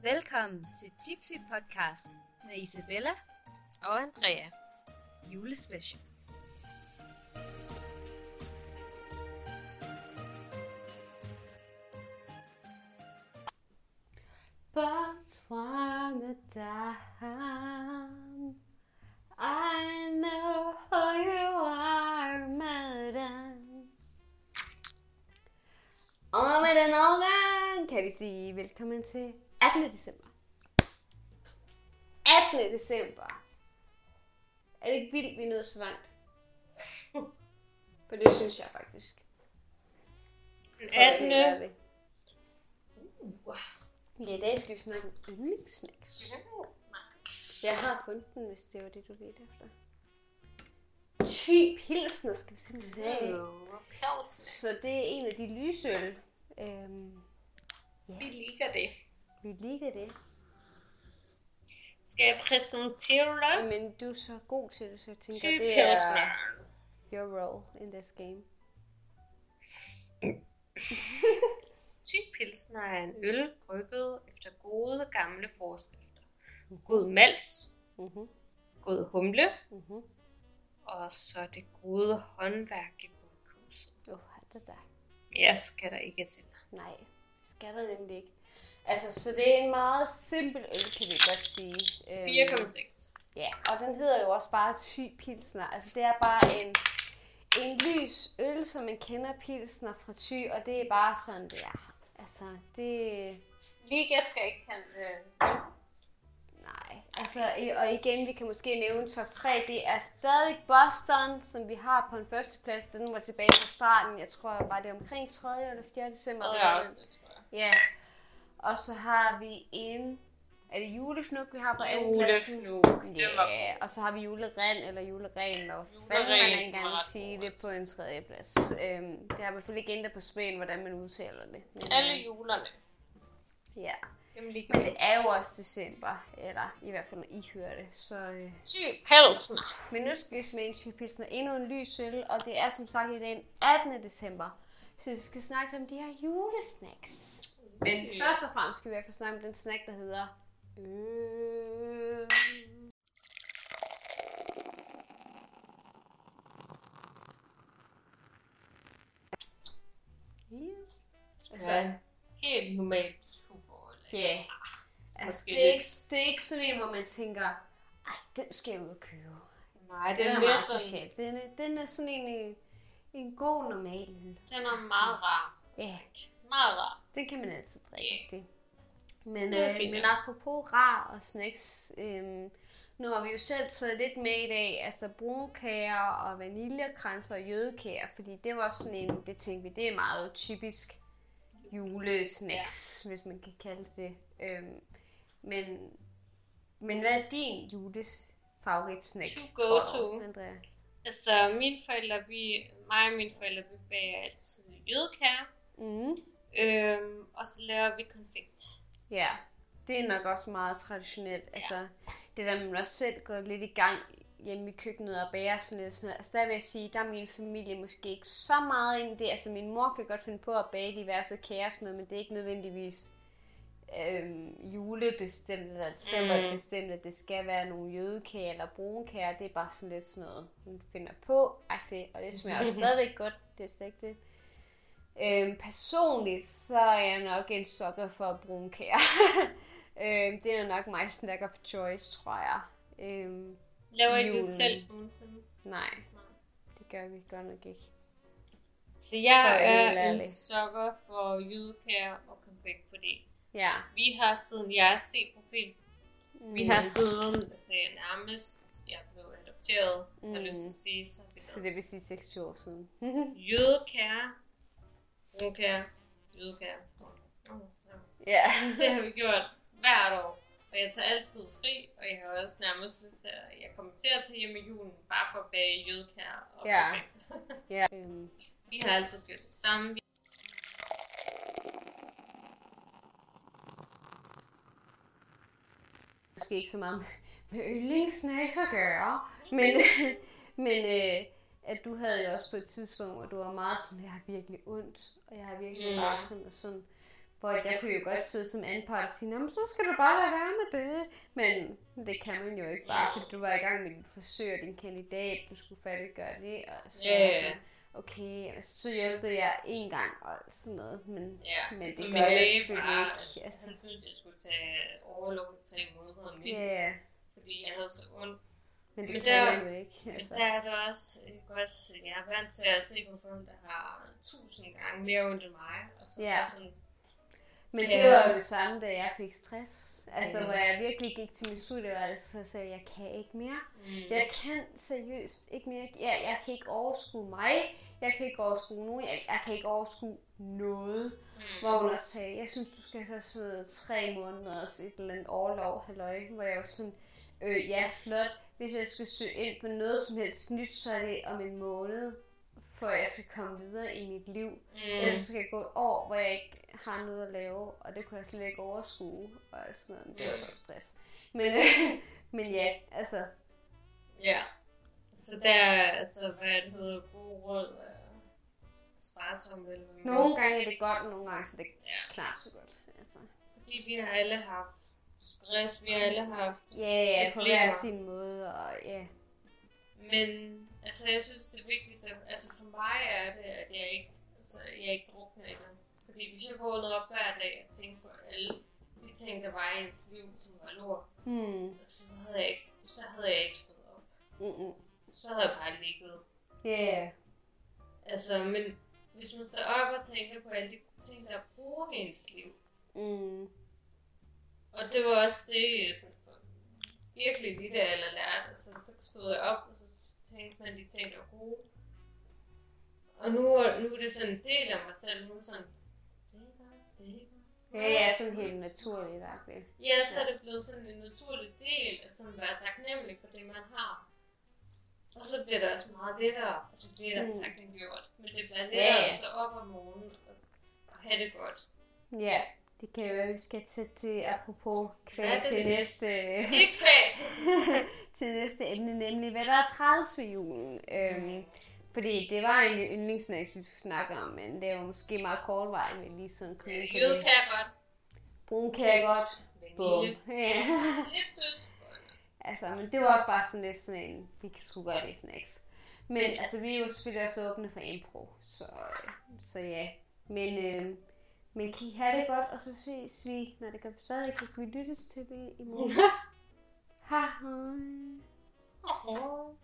Velkommen til Tipsy Podcast med Isabella og Andrea. Julespecial. Bonsoir madame, I know who you are, madame. Og med den overgang kan vi sige velkommen til 18. december. 18. december. Er det ikke vildt, vi er nået så langt? For det synes jeg faktisk. 18. Ja, i dag skal vi snakke om yndlingssnacks. Jeg har fundet den, hvis det var det, du ledte efter. Thy Pilsner skal vi simpelthen have. Så det er en af de lysøl. Ja. Vi liker det. Vi liker det. Skal jeg præsentere dig? Men du er så god til det, så jeg tænker, Thy det er Pilsner. your role in this game. Thy Pilsner er en øl brygget efter gode gamle forskrifter. God malt, god humle, og så det gode håndværk i bryghuset. Det der. Jeg skal der ikke til. Nej, det skal der nemlig ikke. Altså, så det er en meget simpel øl, kan vi godt sige. 4,6. Ja, og den hedder jo også bare Thy Pilsner. Altså, det er bare en lys øl, som man kender pilsner fra Thy, og det er bare sådan, det er. Altså, det... Liga skal ikke have Nej, altså, og igen, vi kan måske nævne top 3. Det er stadig Boston, som vi har på en førsteplads. Den var tilbage fra starten. Jeg tror bare, det er omkring 3. eller 4. december. Det er også det, tror jeg. Ja, og så har vi en... Er det julefnug, vi har på andenpladsen? Ja, og så har vi juleren eller juleren, og fanden man engang sige det på en 3. plads. Det har i hvert fald ikke ændret på spil, hvordan man udtaler det. Men, alle julerne. Ja, Dem ligger men det er jo også december, eller i hvert fald når I hører det. Så, Thy Pilsner. men nu skal vi smage en Thy Pilsner, endnu en lys øl, og det er som sagt i den 18. december. Så vi skal snakke om de her julesnacks. Men først og fremmest skal vi i hvert fald snakke om den snack, der hedder Altså, helt normalt super. Ja. Altså, det er ikke sådan en, hvor man tænker, ej, den skal jeg ud og købe. Nej, Den er mere meget sådan, speciel. Den er sådan en god normal øl. den er meget rar. Ja, Meget rar. den kan man altid drikke. Det. Men, Det er fint, men ja. apropos rar og snacks, nu har vi jo selv taget lidt med i dag, altså brunkager og vaniljekranser og jødekager, fordi det var sådan en, det tænkte vi, det er meget typisk julesnacks, hvis man kan kalde det. Men hvad er din favoritsnack? To go to. Andrea? Altså, mig og mine forældre, vi bager altid jødekager. Og så laver vi konfekt. Ja, det er nok også meget traditionelt. Altså, det der man også selv går lidt i gang hjemme i køkkenet og bager sådan noget. Altså der vil jeg sige, der er min familie måske ikke så meget ind i det. Altså min mor kan godt finde på at bage diverse kager og sådan noget, men det er ikke nødvendigvis julebestemt eller decemberbestemt, at det skal være nogle jødekager eller brunkager. Det er bare sådan lidt sådan noget, hun finder på, og det smager også stadigvæk godt. Det er slet ikke det. Personligt så er jeg nok en sukker for brunkager. Det er nok my snack of choice, tror jeg. Laver I det selv nogensinde? Nej, det gør vi godt nok ikke. Så jeg er en ærlig. sukker for jødekager og konfekt, fordi Ja. vi har siden jeg er set på film, vi har siden, altså nærmest, jeg blev adopteret, har lyst til at sige, så vi Så det vil sige 26 år siden. jødekager, brunkager, jødekager. Ja. Det har vi gjort hvert år. Og jeg tager altid fri, og jeg har også nærmest lyst til, at jeg kommer til at tage hjem i julen, bare for at bage jødekager og konfekt. Ja. Vi har altid gjort det samme. Måske ikke så meget med yndlingssnacks at gøre, men at du havde jo også på et tidspunkt, hvor du var meget sådan, jeg har virkelig ondt, og jeg har virkelig bare sådan og sådan. Hvor jeg kunne jo godt sidde som anpart og sige, nå, men så skal du bare lade være med det. Men det kan man jo ikke bare, fordi du var i gang med dit forsøg og din kandidat, du skulle færdiggøre det. Og så, okay, så hjælpede jeg en gang og sådan noget, men det så gør jeg selvfølgelig ikke. Altså. Han følte, jeg skulle tage overlov i 3 måneder mindst. Fordi jeg havde så ondt. Men det kan man jo ikke. Altså. Men der er det også, jeg er vant til at se på folk, der har 1000 gange mere ondt end mig. Og så sådan, men det var jo det samme, da jeg fik stress. Altså, hvor jeg virkelig gik til min studie, så sagde jeg kan ikke mere. Jeg kan seriøst ikke mere. Jeg kan ikke overskue mig. Jeg kan ikke overskue nogen. Jeg kan ikke overskue noget. Hvor hun også sagde, jeg synes, du skal have sådan 3 måneder og et eller andet overlov, halløj. Hvor jeg var sådan, flot. Hvis jeg skal søge ind på noget som helst nyt, så er det om en måned, for jeg skal komme videre i mit liv. Ellers skal jeg gå et år, hvor jeg ikke har noget at lave, og det kunne jeg slet ikke overskue, og sådan noget. Det var så stress. Men ja, altså. Ja, så der altså, hvad det hedder, god råd sparsom vel. Nogle gange er det godt, og nogle gange så det klart så godt. Altså. Fordi vi har alle haft stress, vi har alle haft på hver sin måde, og Men altså, jeg synes det vigtigste, altså for mig er det, at jeg ikke drukner i det. Fordi hvis jeg vågnede op hver dag og tænkte på alle de ting, der var i ens liv, som var lort, så havde jeg ikke stået op. Så havde jeg bare ligget. Altså, men hvis man står op og tænker på alle de ting, der bruger ens liv. Og det var også det, sådan, virkelig lille eller lærte. Altså, så stod jeg op, og så tænkte man de ting, der var gode. Og nu er det sådan en del af mig selv. Nu er sådan, det er godt. Sådan helt naturligt. Ja, så er det blevet sådan en naturlig del at sådan være taknemmelig for det, man har. Og så bliver det også meget lettere, og så bliver det taknemmeliggjort. Men det bliver lettere at stå op om morgenen og have det godt. Ja, det kan jo være, vi skal til apropos kvæg til næste... Ikke kvæg! til næste emne, nemlig hvad der er træls ved julen. Fordi det var egentlig yndlingssnacks, vi skulle snakke om, men det var måske meget kortvarigt, men lige sådan komme ind på det. Jøde kan jeg godt. Brun kan jeg godt. Vanille. Lidt sødt. Altså, men det var også bare sådan lidt sådan en, vi kan sgu godt lide snacks. Men altså, vi er jo selvfølgelig også åbne for impro, så ja. Men kan I have det godt, og så ses vi, når det kan stadig kan vi lyttes til det i morgen. Hej.